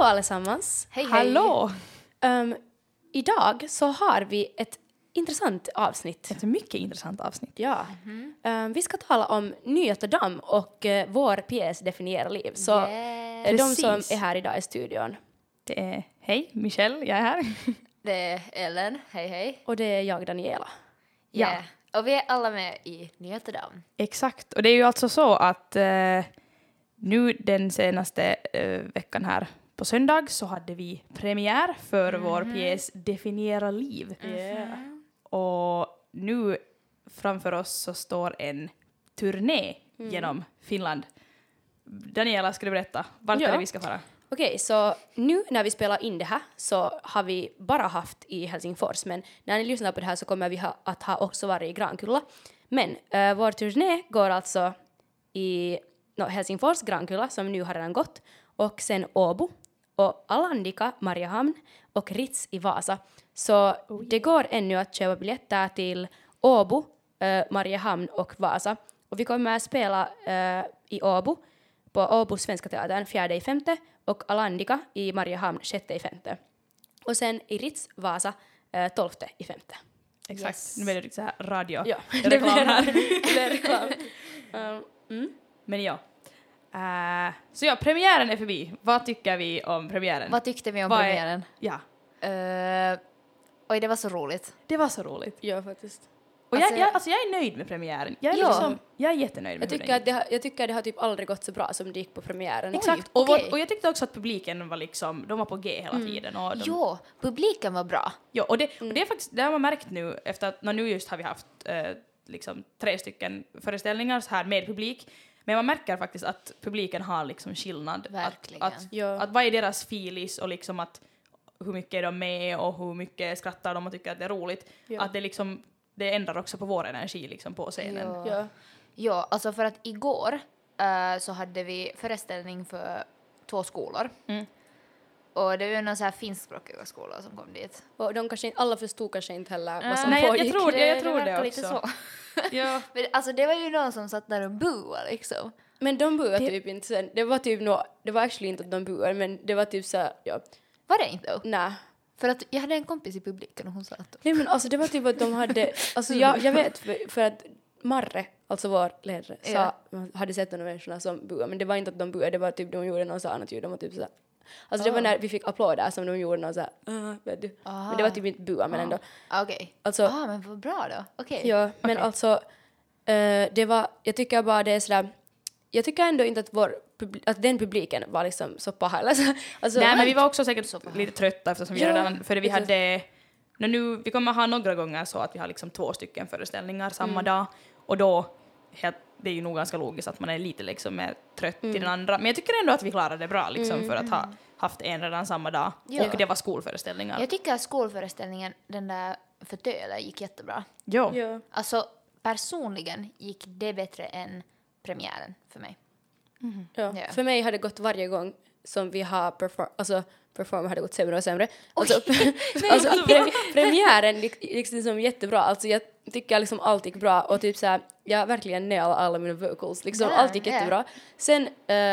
allesammans. Hej, hej. Hallå! Idag så har vi ett intressant avsnitt. Ett mycket intressant avsnitt. Ja. Vi ska tala om Nyheterdam och vår pjäs Definiera liv. Så de som Precis. är här idag i studion. Det är, hej, Michelle, jag är här. Det är Ellen, hej hej. Och det är jag, Daniela. Ja. Yeah. Och vi är alla med i Nyheterdam. Exakt, och det är ju alltså så att nu den senaste veckan här på söndag så hade vi premiär för vår pjäs Definiera liv. Och nu framför oss så står en turné genom Finland. Daniela, ska du berätta vart är det vi ska fara? Okej, så nu när vi spelar in det här så har vi bara haft i Helsingfors. Men när ni lyssnar på det här så kommer vi att ha också varit i Grankulla. Men vår turné går alltså i Helsingfors, Grankulla, som nu har redan gått. Och sen Åbo och Alandika, Mariehamn och Rits i Vasa. Så det går ännu att köpa biljetter till Åbo, Mariehamn och Vasa. Och vi kommer att spela i Åbo på Åbo Svenska Teatern 4/5 och Alandika i Mariehamn 6/5. Och sen i Rits, Vasa 12/5. Exakt, Yes. nu blir det så här radio. Ja, reklam här. det är reklam. Men ja. Så ja, premiären är förbi. Vad tycker vi om premiären? Vad tyckte vi om Vad är- premiären? Ja, Oj, det var så roligt. det var så roligt. Ja, faktiskt. Och Alltså, jag är nöjd med premiären. Jag är, Ja. jag är jättenöjd med Jag tycker att det har typ aldrig gått så bra som det gick på premiären. Exakt, Oj, och, okej. och jag tyckte också att publiken var liksom, de var på G hela tiden. Och Jo, publiken var bra. ja, och det är faktiskt, det har man märkt nu efter att, nu just har vi haft liksom 3 stycken föreställningar så här med publik. Men man märker faktiskt att publiken har liksom skillnad. Verkligen. Att vad är deras filis och liksom att hur mycket är de med och hur mycket skrattar de och tycker att det är roligt. Ja. Att det liksom, det ändrar också på vår energi liksom på scenen. Ja. Ja, alltså för att igår så hade vi föreställning för 2 skolor. Och det var ju någon så här finskspråkiga skolor som kom dit. Och de kanske inte, alla förstod kanske inte heller vad som Nej, pågick. jag tror det verkar också. lite så. Ja. Men alltså det var ju någon som satt där och buade liksom. Men de buade typ inte sen. Det var typ det var actually inte att de buade, men det var typ så här, ja. Var det inte då? Nej. För att jag hade en kompis i publiken och hon sa att Nej, men alltså det var typ att de hade, alltså jag vet för att Marre, alltså vår ledare, hade sett de människorna som buade, men det var inte att de buade, det var typ de gjorde någon sån ljud, de var typ så här. Alltså det var när vi fick applåder som de gjorde någon så här, vet du. Men det var typ inte bua, men ändå. okej. Alltså, Men vad bra då. Okej. ja, men alltså det var, jag tycker bara det är sådär, jag tycker ändå inte att den publiken var liksom så paha. Alltså, Nej, men vi var också säkert lite trötta eftersom vi redan, för vi exakt. hade, nu, vi kommer ha några gånger så att vi har liksom 2 stycken föreställningar samma dag och då, det är ju nog ganska logiskt att man är lite liksom mer trött i den andra, men jag tycker ändå att vi klarade det bra liksom för att ha haft en redan samma dag och det var skolföreställningar. Jag tycker att skolföreställningen, den där förtölen gick jättebra. Jo. ja. Alltså personligen gick det bättre än premiären för mig. Ja. Ja. För mig har det gått varje gång som vi har perform har det gått sämre och sämre. Alltså, premiären gick liksom jättebra. Alltså jag tycker liksom allt gick bra och typ såhär, jag verkligen nailade alla mina vocals. Liksom allt gick jättebra. Sen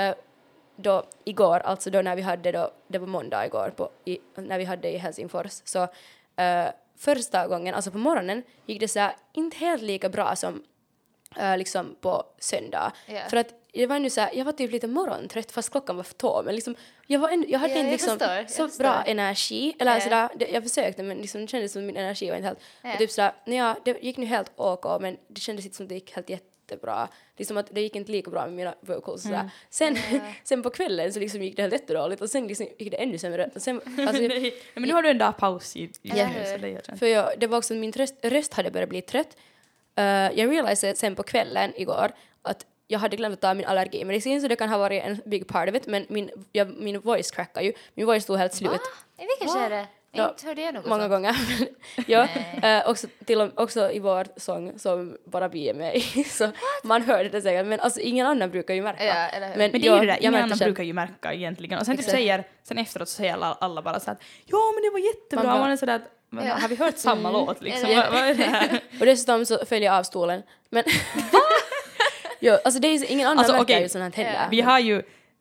då igår, alltså då när vi hade då, det var måndag igår när vi hade i Helsingfors, så första gången, alltså på morgonen gick det såhär inte helt lika bra som liksom på söndag. Ja. För att jag var nu så här, jag var typ lite morgontrött fast klockan var för 2, men liksom jag hade inte jag liksom förstår. så bra energi eller sådär, jag försökte men liksom det kändes som min energi var inte helt och typ sådär, det gick nu helt OK, men det kändes inte som det gick helt jättebra, liksom att det gick inte lika bra med mina vocals sådär. Sen på kvällen så liksom gick det helt jättedåligt och sen liksom gick det ännu sämre och sen, alltså, Nej, men nu har du en dag paus i Ja. så det gör för det var också att min röst hade börjat bli trött. Jag realiserade sen på kvällen igår att jag hade glömt att ta min allergimedicin, så det kan ha varit en big part of it, men min voice crackade ju. Min voice stod helt slut. I vilket skede? Ja, Inte hörde jag något många sånt. gånger. Ja, också i vår sång som bara vi är med i. Så man hörde det säkert, men alltså ingen annan brukar ju märka. Ja, eller hur? Men det är ju det där, jag ingen märkte annan själv. brukar ju märka egentligen. Och sen, typ Exakt. sen efteråt så säger alla bara så att ja men det var jättebra. Man bara- Man är sådär att, men, har vi hört samma låt liksom? Ja. Vad är det här? Och dessutom så följer jag av stolen. Men jo, alltså det är ingen annan Alltså, märker okej. ju sånt här heller. Vi har ju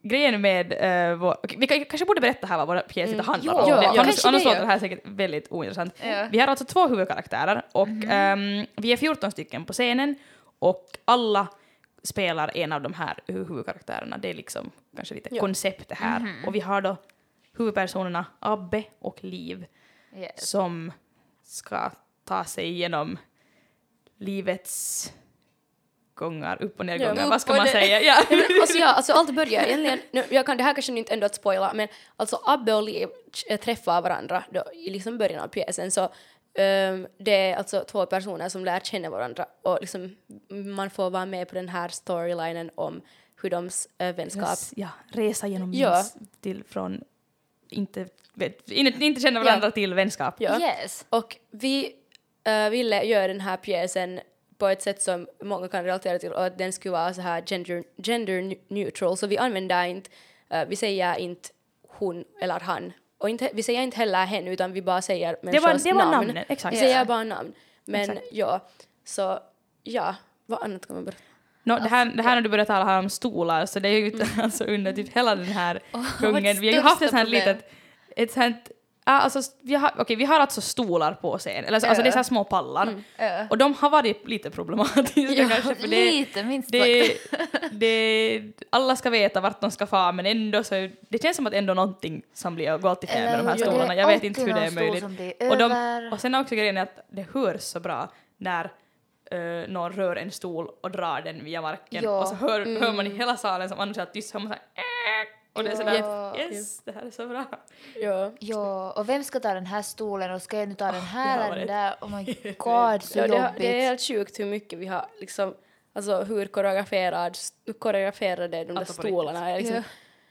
grejen med vi kanske borde berätta här vad våra pjäser handlar om. ja, Annars kanske det låter gör. det här säkert väldigt ointressant. Ja. Vi har alltså 2 huvudkaraktärer och vi är 14 stycken på scenen och alla spelar en av de här huvudkaraktärerna. Det är liksom kanske lite koncept det här. Och vi har då huvudpersonerna Abbe och Liv Yes. som ska ta sig igenom livets gångar, upp- och nedgångar, Ja, vad ska och man det- säga? Ja. Nej, men, alltså allt börjar egentligen, det här kanske inte ändå att spoila, men alltså Abbe och Liv träffar varandra då, i liksom början av pjäsen, så det är alltså 2 personer som lär känna varandra och liksom man får vara med på den här storylinen om hur deras vänskap. Ja, resa genom Ja. till från inte känna varandra till vänskap. Ja. Yes. Och vi ville göra den här pjäsen på ett sätt som många kan relatera till och att den skulle vara så här gender neutral, så vi använder inte, vi säger inte hon eller han och inte, vi säger inte heller hen utan vi bara säger människors det var namn. namnet, exakt. Vi säger bara namn. Men Exakt. ja, så ja, vad annat kan man berätta? Det här när du börjar tala här om stolar, så det är ju alltså under typ hela den här gången. Vi har ju haft ett sånt här litet, alltså vi har alltså stolar på scen, eller alltså det är så här små pallar. Och de har varit lite problematiska kanske, för Lite, minst sagt. alla ska veta vart de ska få, men ändå så det känns som att ändå någonting som går alltid fel med de här stolarna. Jag vet inte hur det är möjligt. Och sen också grejen är att det hörs så bra när någon rör en stol och drar den via marken. Ja. Och så hör man i hela salen som annars är tyst, hör man så här, och det är sådär, Ja. yes, det här är så bra. Ja. Ja, och vem ska ta den här stolen och ska jag nu ta den här har eller den varit- där? Oh my god, så Ja, jobbigt. det är helt sjukt hur mycket vi har liksom, alltså hur koreograferade de där Alltså på stolarna är liksom.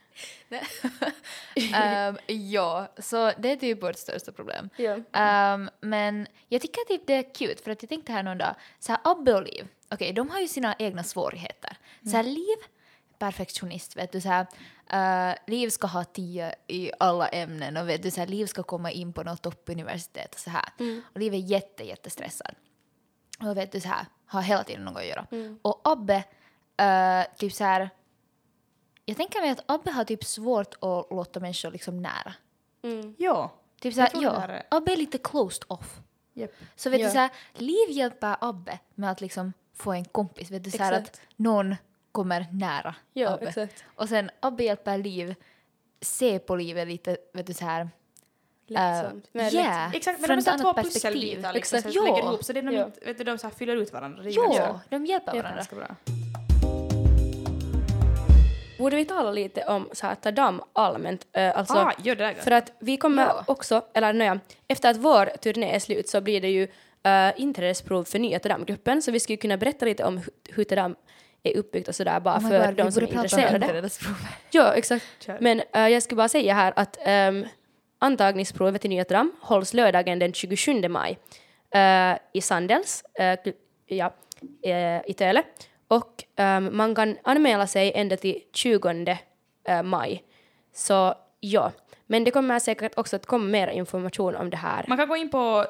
Ja, så det är typ vårt största problem. Ja. Men jag tycker typ det är cute för att jag tänkte här någon dag, så här Abbe och Liv, okej, de har ju sina egna svårigheter. Så här Liv, perfektionist, vet du, så här Liv ska ha 10 i alla ämnen och vet du, så här Liv ska komma in på något toppuniversitet och så här. Och Liv är jättestressad. Och vet du, så här, har hela tiden något att göra. Och Abbe, typ så här, jag tänker mig att Abbe har typ svårt att låta människor liksom nära. Ja. Typ så här, Jag tror det här ja, är- Abbe är lite closed off. Yep. Så vet Ja. du så här, Liv hjälper Abbe med att liksom få en kompis. Vet du så här Exakt. att någon kommer nära Ja, Abbe. exakt. Och sen Abbe hjälper Liv se på livet lite, vet du så här. Lättsamt. Mer Ja, Exakt, men från de är ett så här annat 2 perspektiv. pusselbitar liksom, Exakt. så lägger Ja. ihop, så det är de, Ja. inte, vet du, de så här fyller ut varandra. Det är Ja, ganska- de hjälper det är varandra. ganska bra. Borde vi tala lite om så här Tadam allmänt? Alltså, Gör det där. för att vi kommer Ja. också, eller nej, efter att vår turné är slut så blir det ju inträdesprov för nya Tadam-gruppen, så vi skulle kunna berätta lite om hur Tadam är uppbyggt och sådär bara Oh my för God, de vi som är borde prata om intresserade. inträdesprovet. Ja, exakt. Kör. Men jag skulle bara säga här att antagningsprovet till nya Tadam hålls lördagen den 27 maj i Sandels, i Töle. Och man kan anmäla sig ända till 20 maj. Så ja, men det kommer säkert också att komma mer information om det här. Man kan gå in på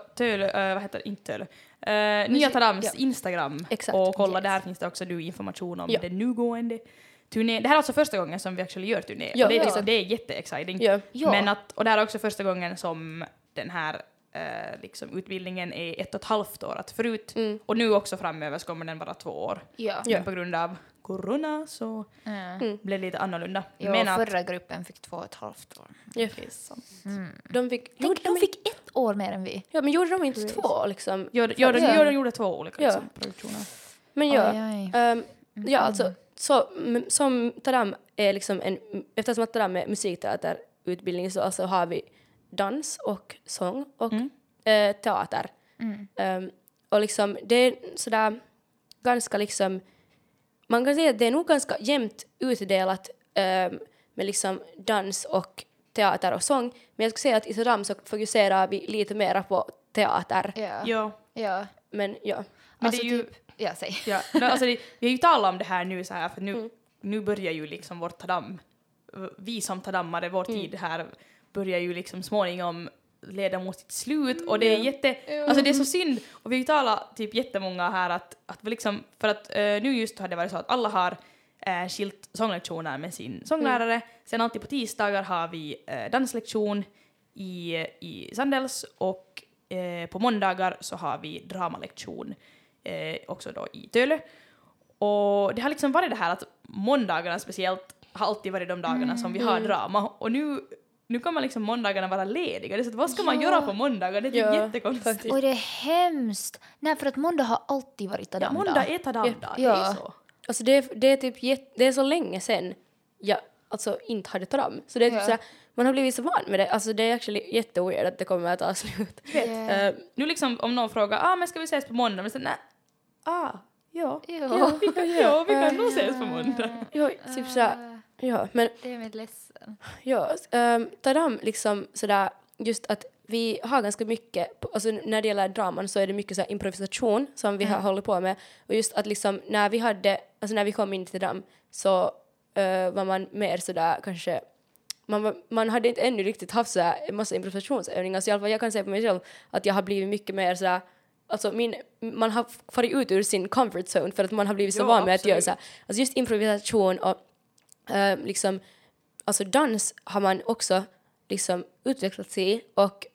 Nya Tadams ja. Instagram Exakt. och kolla, Yes. där finns det också information om Ja. den nu gående turné. Det här är alltså första gången som vi actually gör turné. Ja, och det är, ja. liksom, det är jätteexciting. Ja. Ja. Men och det här är också första gången som den här liksom, utbildningen är 1,5 år. Att förut, och nu också framöver så kommer den vara 2 år. Ja. Ja. Men på grund av corona så blev det lite annorlunda. Ja, Men att, förra gruppen fick 2,5 år. Ja. det är sant. De fick, Tänk, de fick 1 år mer än vi. ja, men gjorde de inte 2 liksom? De gjorde 2 olika Ja. liksom, produktioner. Men ja, Oj, oj. ja alltså så, som Tadam är liksom eftersom att Tadam är musikteaterutbildning så alltså har vi dans och sång och teater. Och liksom det är sådär ganska liksom, man kan säga att det är nog ganska jämnt utdelat med liksom dans och teater och sång, men jag skulle säga att i Tadam så fokuserar vi lite mera på teater. Ja. Ja. Ja. Men ja. Men Alltså det är ju... typ, ja, säg. Ja, alltså vi har ju talat om det här nu så här, för nu börjar ju liksom vårt Tadam, vi som Tadammare, vår tid här börjar ju liksom småningom leda mot sitt slut och det är alltså det är så synd, och vi har ju talat typ jättemånga här att vi liksom, för att nu just har det varit så att alla har skilt sånglektioner med sin sånglärare. Sen alltid på tisdagar har vi danslektion i Sandels och på måndagar så har vi dramalektion också då i Tölö. Och det har liksom varit det här att måndagarna speciellt har alltid varit de dagarna som vi har drama. Och nu kommer liksom måndagarna vara lediga. Det är så att vad ska man göra på måndagar? Det är jättekonstigt. Och det är hemskt. Nej, för att måndag har alltid varit Ja, tadamdag. måndag är tadamdag. Det är så. Alltså det är typ det är så länge sen jag alltså inte hade tadam. Så det är typ såhär, man har blivit så van med det. Alltså det är actually jätteweird att det kommer att ta slut. Nu liksom om någon frågar, men ska vi ses på måndag? Men så nej. Vi kan nog ses på måndag. Ja, typ såhär. Ja, men Det är mitt ledsen. ja, tadam liksom sådär just att vi har ganska mycket, alltså när det gäller draman så är det mycket så här improvisation som vi har hållit på med. Och just att liksom när vi kom in till dram så var man mer sådär kanske, man hade inte ännu riktigt haft så här en massa improvisationsövningar. Så i alla fall jag kan säga på mig själv att jag har blivit mycket mer sådär, alltså man har farit ut ur sin comfort zone för att man har blivit så van med att göra så här. Alltså just improvisation och liksom, alltså dans har man också liksom utvecklats i och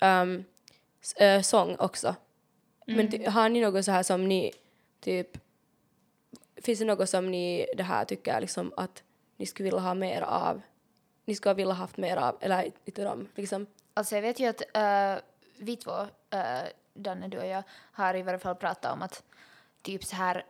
sång också. Men har ni något så här som ni typ, finns det något som ni det här tycker liksom att ni skulle vilja ha mer av, ni skulle vilja haft mer av eller lite om liksom? Alltså jag vet ju att vi två, Danne, du och jag, har i varje fall pratat om att typ så här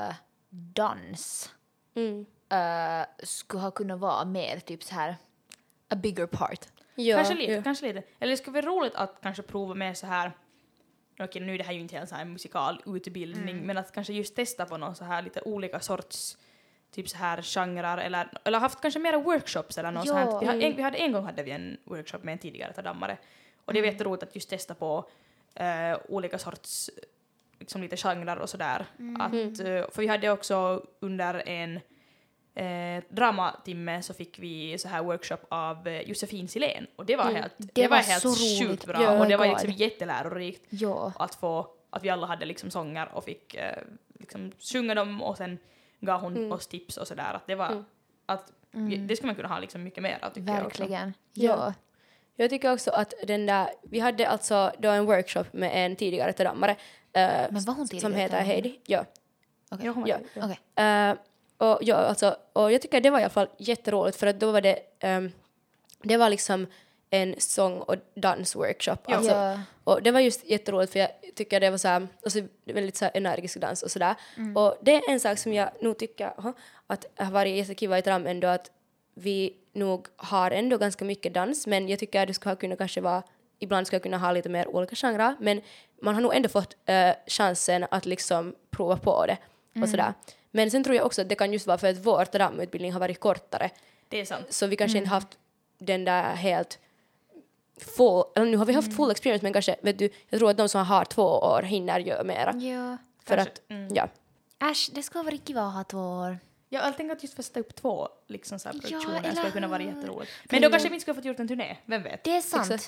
dans skulle ha kunnat vara mer typ så här a bigger part. Ja, Kanske lite. Eller det skulle vara roligt att kanske prova med så här, okej nu är det här ju inte en så här musikal utbildning, men att kanske just testa på någon så här lite olika sorts typ så här genrer eller haft kanske mera workshops eller något så här. Vi hade en workshop med en tidigare tadammare och det var jätteroligt att just testa på olika sorts liksom lite genrer och sådär. För vi hade också under en dramatimme så fick vi så här workshop av Josefin Silén och det var helt så sjukt roligt. bra och det var liksom jättelärorikt Ja. att vi alla hade liksom sånger och fick liksom sjunga dem och sen gav hon oss tips och sådär att det var det skulle man kunna ha liksom mycket mer av tycker jag också. Verkligen. Ja. Jag tycker också att vi hade alltså då en workshop med en tidigare tadammare Men var hon tidigare som heter tadammare? Heidi. Ja. Okej. Ja, hon var Ja. det. Okej. Och jag tycker det var i alla fall jätteroligt för att då var det var liksom en sång- och dansworkshop. Ja. Alltså, Ja. och det var just jätteroligt för jag tycker det var så här, alltså, väldigt så här energisk dans och sådär. Och det är en sak som jag nog tycker att har varit jättekiva i tram ändå att vi nog har ändå ganska mycket dans men jag tycker att det skulle kunna kanske vara ibland ska kunna ha lite mer olika genrer men man har nog ändå fått chansen att liksom prova på det och sådär. Men sen tror jag också att det kan just vara för att vår tramutbildning har varit kortare. Det är sant. Så vi kanske inte haft den där helt full, eller nu har vi haft full experience men kanske, vet du, jag tror att de som har 2 år hinner göra mera. Ja. För Kanske, att, ja. Äsch, det skulle vara kiva att ha 2 år. Ja, jag tänker att just sätta upp 2 liksom så här produktioner eller skulle kunna vara hur? jätteroligt. Men då kanske vi inte skulle ha fått gjort en turné, vem vet? Det är sant. Exakt.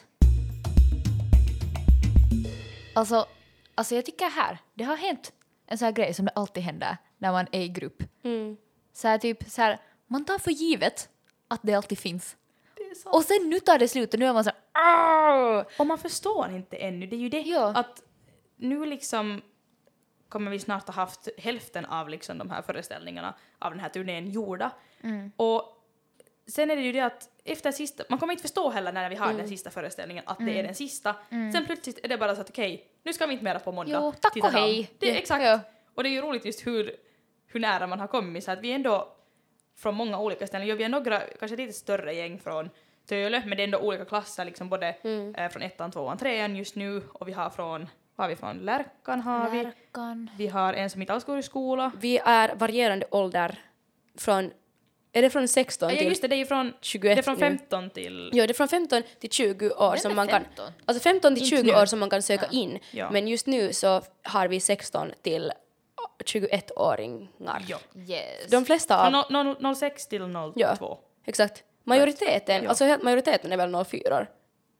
Alltså jag tycker här, det har hänt en sån här grej som det alltid händer när man är i grupp. Så här typ så här, man tar för givet att det alltid finns. Det är sant. Och sen nu tar det slut och nu är man så här, Och man förstår inte ännu, det är ju det Ja. att nu liksom kommer vi snart ha haft hälften av liksom de här föreställningarna av den här turnén gjorda. Och sen är det ju det att efter sista, man kommer inte förstå heller när vi har den sista föreställningen att det är den sista. Sen plötsligt är det bara så att okej, nu ska vi inte mera på måndag. Jo, tack Titta och fram. hej. Det är Ja. exakt. Ja. Och det är ju roligt just hur nära man har kommit så att vi ändå från många olika ställen. Vi är några, kanske lite större gäng från Tölö, men det är ändå olika klasser liksom både från 1:an, 2:an, 3:an just nu och vi har från Lärkan har vi. Lärkan. Vi har en som inte alls går i skola. Vi är varierande ålder från, är det från 16 Ja till just det, det är ju från 21 det är från nu? 15 till Ja, det är från 15 till 20 år Vem som är man kan... 15? Alltså 15 till Inte 20 nu. år som man kan söka in. Ja. Men just nu så har vi 16 till 21-åringar. Ja. Yes. De flesta av... Från 06 till 02. Ja. Exakt. Majoriteten, Ja. alltså helt majoriteten är väl 04.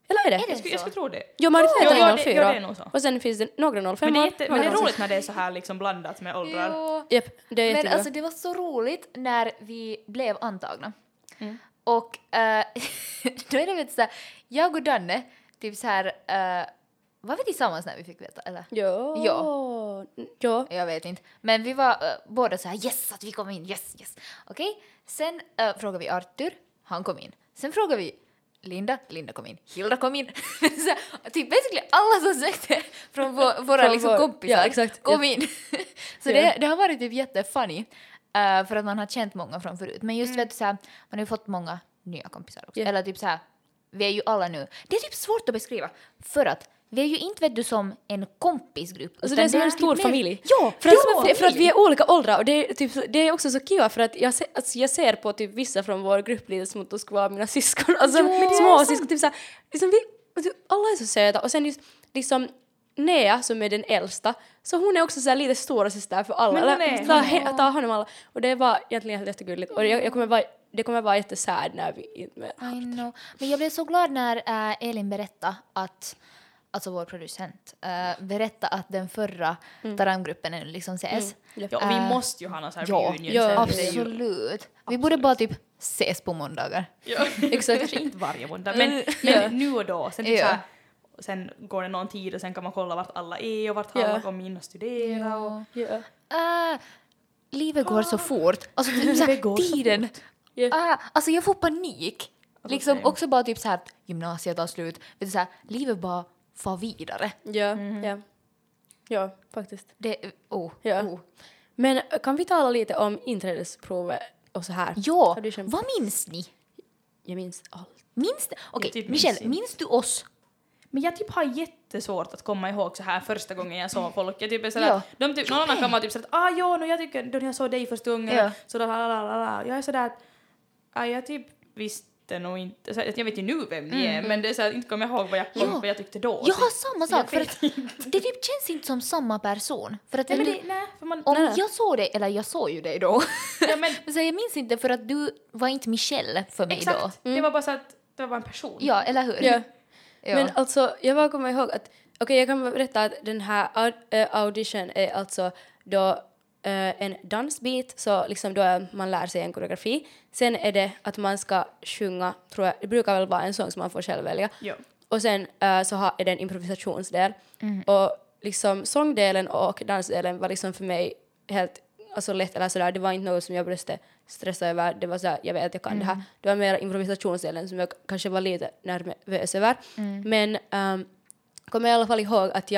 Eller är det? Är det Jag skulle tro det. Jo, majoriteten är 04. Ja, det är nog så. Och sen finns det några 05. Men det är roligt när det är så här liksom blandat med åldrar. Jo. Japp, det är Men jättebra. alltså det var så roligt när vi blev antagna. Och då är det vet så här, jag och Danne typ så här var vi tillsammans när vi fick veta eller? Ja. Jag vet inte. Men vi var båda så här yes att vi kom in. Yes. Okej. Sen frågade vi Arthur, han kom in. Sen frågade vi Linda kom in. Hilda kom in. Så, typ basically alla som sökte från våra liksom kompisar ja, exakt. kom in. Så det har varit typ jättefunny. För att man har känt många från förut. Men just vet du så här, man har ju fått många nya kompisar också. Yeah. Eller typ så här, vi är ju alla nu. Det är typ svårt att beskriva. För att vi är ju inte vet du som en kompisgrupp. Alltså det är som en stor familj. Ja, För att vi är olika åldrar och det är också så kul för att jag ser på typ vissa från vår grupp lite som att de skulle vara mina syskon. Alltså små syskon. Typ såhär, liksom alla är så söta och sen just liksom Nea som är den äldsta så hon är också så här lite stora syster för alla. Ta hand om alla. Och det var egentligen helt jättegulligt. Och det kommer vara jättesärd när vi inte med. I know. Men jag blev så glad när Elin berättade att alltså vår producent berättade att den förra Taram-gruppen är liksom ses. Ja, och vi måste ju ha någon sån här reunion. Ja, absolut. Vi borde bara typ ses på måndagar. Ja, exakt. Kanske inte varje måndag, men nu och då. Sen, typ så här, sen går det någon tid och sen kan man kolla vart alla är och vart alla kommer in och studera. Och... Livet går så fort. Alltså typ så här, tiden. Alltså jag får panik. Liksom också bara typ så här gymnasiet tar slut. Vet du så här, livet bara far vidare. Ja, faktiskt. Ja. Men kan vi tala lite om inträdesprovet och så här? Ja, Audition. vad minns ni? Jag minns allt. Okej, typ Michelle, minns du oss? Men jag typ har jättesvårt att komma ihåg så här första gången jag såg folk. Jag typ är sådär, någon annan kan vara typ sådär att jag tycker då jag såg dig första gången så jag är sådär att jag typ visste nog inte, så jag vet ju nu vem ni är men det är så här, inte kommer jag ihåg vad jag tyckte då. Jag har samma sak för att det typ känns inte som samma person. För att jag såg dig, eller jag såg ju dig då. Ja, men så jag minns inte för att du var inte Michelle för mig exakt, då. det var bara så att det var en person. Ja, eller hur? Ja. Ja. Men alltså, jag bara kommer ihåg att jag kan berätta att den här audition är alltså då en dansbit, så liksom då man lär sig en koreografi. Sen är det att man ska sjunga, tror jag, det brukar väl vara en sång som man får själv välja. Ja. Och sen är det en improvisationsdel. Och liksom sångdelen och dansdelen var liksom för mig helt lätt eller sådär. Det var inte något som jag började stressa över. Det var såhär, jag vet att jag kan det här. Det var mer improvisationsdelen som jag kanske var lite nervös över. Men kommer i alla fall ihåg att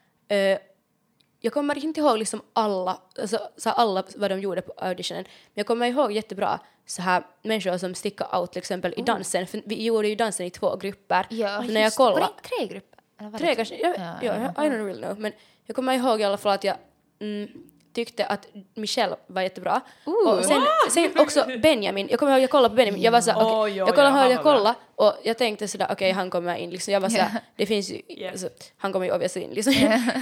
jag kommer inte ihåg liksom alla vad de gjorde på auditionen. Men jag kommer ihåg jättebra så här människor som stickade out till exempel i dansen. För vi gjorde ju dansen i 2 grupper. Ja, när jag kollade, var det 3 grupper? 3 kanske? I don't really know. Men jag kommer ihåg i alla fall att jag tyckte att Michelle var jättebra. Och sen också Benjamin. Jag kommer ihåg att jag kollade på Benjamin. Jag var så jag kollade och jag tänkte sådär okej, han kommer in liksom. Jag var såhär, det finns ju alltså, han kommer ju obviously in liksom.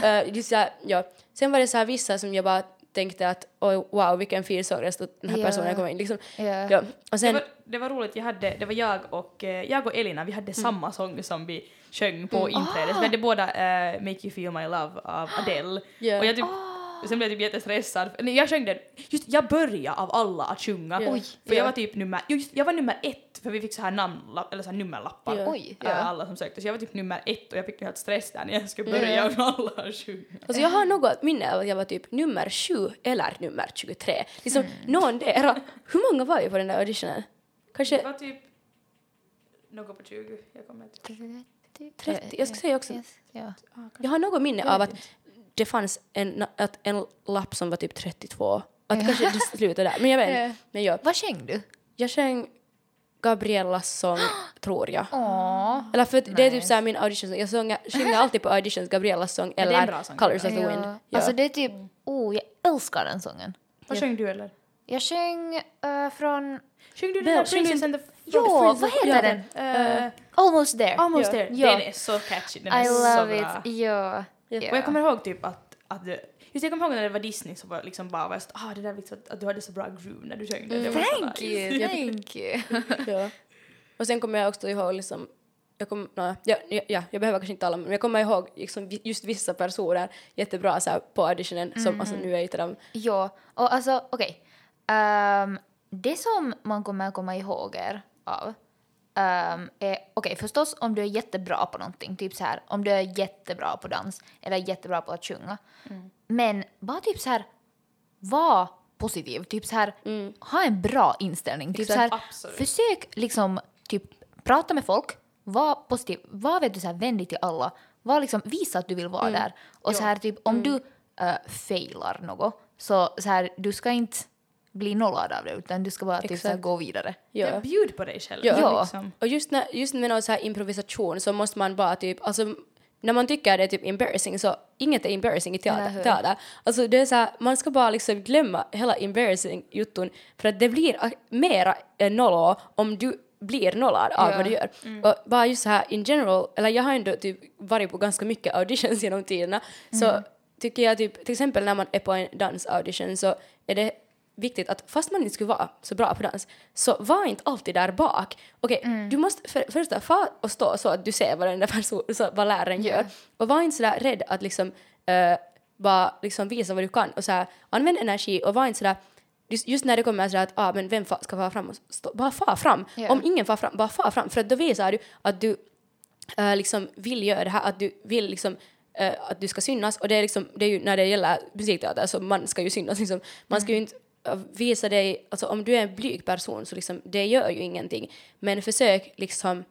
Sen var det så här vissa som jag bara tänkte att wow, vilken fin sång den här personen kommer in liksom. Ja. Och sen det var roligt, jag och Elina, vi hade samma sång som vi sjöng på inträdet. Vi hade båda Make You Feel My Love av Adele. Och jag typ sen blev jag typ jättestressad. Jag sjöng den. Just jag började av alla att sjunga. För jag var typ jag var nummer 1 för vi fick så här nummerlappar. Alla som sökte. Så jag var typ nummer 1 och jag fick helt stress där när jag skulle börja och alla sjunga. Alltså jag har något minne av att jag var typ nummer 7 eller nummer 23. Liksom någon där. Hur många var ju på den där auditionen? Kanske det var typ något på 20. Jag kommer inte 30. Jag ska säga också. Yes. Ja. Jag har något minne av att det fanns en lapp som var typ 32. Att kanske det slutade där. Men jag vet inte. Men Vad sjöng du? jag sjöng Gabriellas sång, tror jag. Eller för det är typ såhär min audition. Jag sjunger alltid på auditions Gabriellas sång eller Colors of the Wind. Ja. Alltså det är typ, jag älskar den sången. Vad sjöng du eller? Jag sjöng från... Sjöng du den där Princess and the Ja, vad heter den? Almost There. Almost There. Ja. Den är så catchy. Den är I så love bra. it. Ja. Och jag kommer ihåg typ att jag kommer ihåg när det var Disney så var liksom bara det där liksom att du hade så bra groove när du sjöng det. Thank you. Ja. Och sen kommer jag också ihåg liksom jag behöver kanske inte alla, men jag kommer ihåg liksom, just vissa personer jättebra så här, på auditionen som alltså, nu är inte de. Ja, och alltså okej. Det som man kommer att komma ihåg av är okej, förstås om du är jättebra på någonting, typ så här, om du är jättebra på dans eller jättebra på att sjunga. Men bara typ så här, var positiv, typ så här, ha en bra inställning, typ så här, försök liksom typ prata med folk, var positiv, var vet du så här, vänlig till alla, var liksom visa att du vill vara där och så här typ om du failar något så här, du ska inte bli nollad av det utan du ska bara typ så här, gå vidare. Ja. Bjud på dig själv. Ja. Liksom. Och just med någon så här improvisation så måste man bara typ, alltså när man tycker det är typ embarrassing så inget är embarrassing i teater. Alltså det är så här, man ska bara liksom glömma hela embarrassing-jutton för att det blir mera nollo om du blir nollad av vad du gör. Och bara just så här in general, eller jag har ändå typ varit på ganska mycket auditions genom tiderna så tycker jag typ, till exempel när man är på en dansaudition så är det viktigt att fast man inte skulle vara så bra på dans så var inte alltid där bak. Okej, du måste först och stå så att du ser vad den där personen, vad läraren gör. Och var inte så där rädd att liksom bara liksom visa vad du kan och så här, använd energi och var inte så där just när det kommer så att men vem ska fara fram och bara fara fram. Om ingen far fram, bara fara fram för att då visar du att du liksom vill göra det här, att du vill liksom att du ska synas och det är liksom det är ju när det gäller musikteater så man ska ju synas liksom. Man ska ju inte visa dig, alltså om du är en blyg person så liksom, det gör ju ingenting. Men försök liksom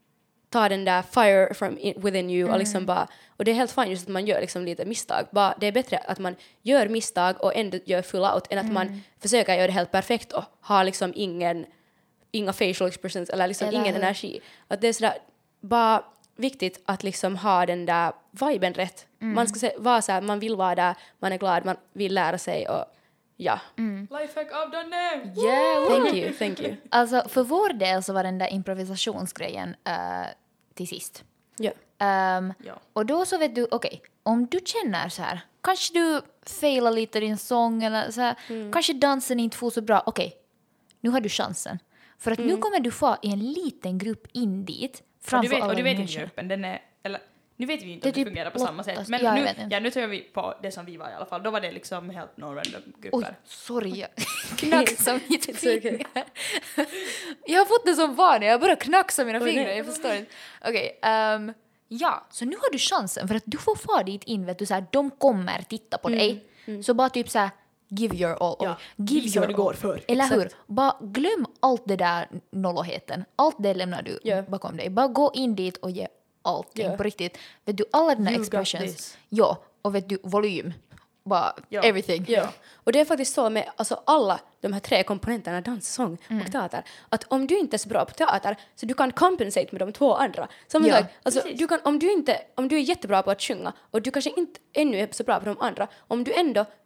ta den där fire from within you och liksom bara, och det är helt fint just att man gör liksom lite misstag. Bara, det är bättre att man gör misstag och ändå gör full out än att man försöker göra det helt perfekt och ha liksom inga facial expressions eller liksom ingen energi. Att det är sådär, bara viktigt att liksom ha den där viben rätt. Man ska vara så här, man vill vara där, man är glad, man vill lära sig och ja. Lifehack av Danne! Yeah, Thank you. Alltså för vår del så var den där improvisationsgrejen till sist. Ja. Och då så vet du, okej, om du känner så här, kanske du failar lite din sång eller så här, kanske dansen inte får så bra, okej, nu har du chansen. För att nu kommer du få i en liten grupp in dit framför alla och du vet människor. inte gruppen, den är, eller nu vet vi inte om det typ fungerar på samma sätt. Men nu tar vi på det som vi var i alla fall. Då var det liksom helt no-random grupper. Oj, sorry. Jag knacksade mitt finger. Jag har fått det som van. Jag bara knacksar mina fingrar. Jag förstår inte. Okej. Ja, så nu har du chansen. För att du får få dit in. Vet du, så här, de kommer titta på dig. Så bara typ så här, give your all. Ja, give visa vad det går för. Eller hur? Bara glöm allt det där nolloheten. Allt det lämnar du bakom dig. Bara gå in dit och ge allting på riktigt. Vet du, alla dina expressions. Ja, och vet du, volym. Bara everything. Ja. Och det är faktiskt så med alltså, alla de här 3 komponenterna, dans, sång och teater, att om du inte är så bra på teater så du kan compensate med de 2 andra. Som sagt, alltså, du kan, om du är jättebra på att sjunga och du kanske inte ännu är så bra på de andra, om du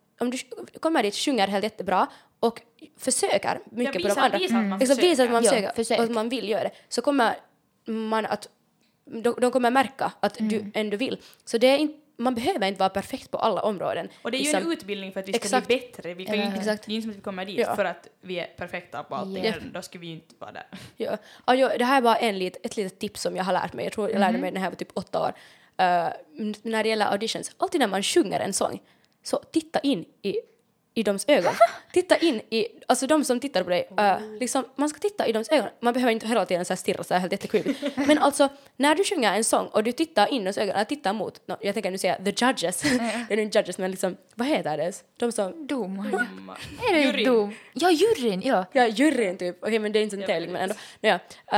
kommer dit, sjunger helt jättebra och försöker mycket på de andra. Visa att man försöker och att man vill göra det. Så kommer man att de kommer märka att du ändå vill. Så det är inte, man behöver inte vara perfekt på alla områden. Och det är ju en utbildning för att vi ska bli bättre. Vi kan ju inte, det är inte som att vi kommer dit för att vi är perfekta på allting. Då ska vi ju inte vara där. Ja, det här är bara ett litet tips som jag har lärt mig. Jag tror jag lärde mig den här på typ 8 år. När det gäller auditions, alltid när man sjunger en sång så titta in i deras ögon. Titta in i, alltså de som tittar på dig, liksom, man ska titta i deras ögon. Man behöver inte hela tiden så här stirra så här helt jättekul. Men alltså, när du sjunger en sång och du tittar in i deras ögon, eller tittar mot, jag tänker nu säga the judges. Det är inte judges, men liksom, vad heter det? De som... Domare. Är det dom? Ja, juryn, ja. Ja, juryn typ. Okej, men det är inte en tävling, men ändå.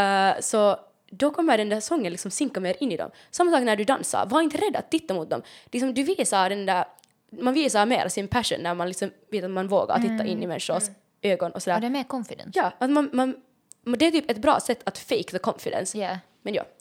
Så då kommer den där sången liksom sinka mer in i dem. Samma sak när du dansar. Var inte rädd att titta mot dem. Liksom, du visar den där... Man visar mer sin passion när man liksom vet att man vågar titta in i människors ögon och sådär. Och det är mer confidence. Ja, att man det är typ ett bra sätt att fake the confidence. Yeah. Men ja.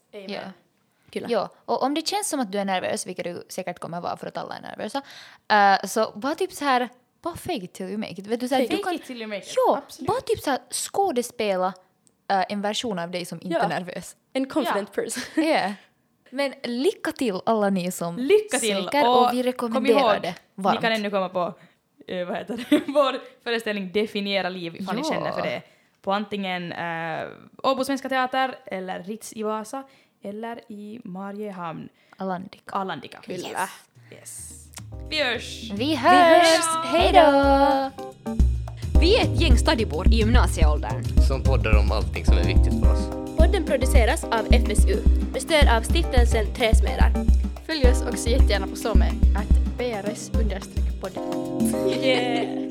Ja, och om det känns som att du är nervös, vilket du säkert kommer vara för att alla är nervösa, så bara typ så här, bara fake it till you make it. Vet du, så här, fake it till you make it. Ja, absolut. bara typ så här skådespela en version av dig som inte är nervös. En confident person. Yeah. Men lycka till alla ni som söker och vi rekommenderar det varmt. Ni kan ännu komma på vår föreställning Definiera liv ifall ni känner för det. På antingen Åbo Svenska Teater eller Ritz i Vasa eller i Mariehamn. Alandika. Kyllä. Yes. Vi hörs! Hej då! Vi är ett gäng stadibor i gymnasieåldern. Som poddar om allting som är viktigt för oss. Podden produceras av FSU med stöd av stiftelsen Träsmedar. Följ oss också jättegärna på SOME @brs_podden. Yeah.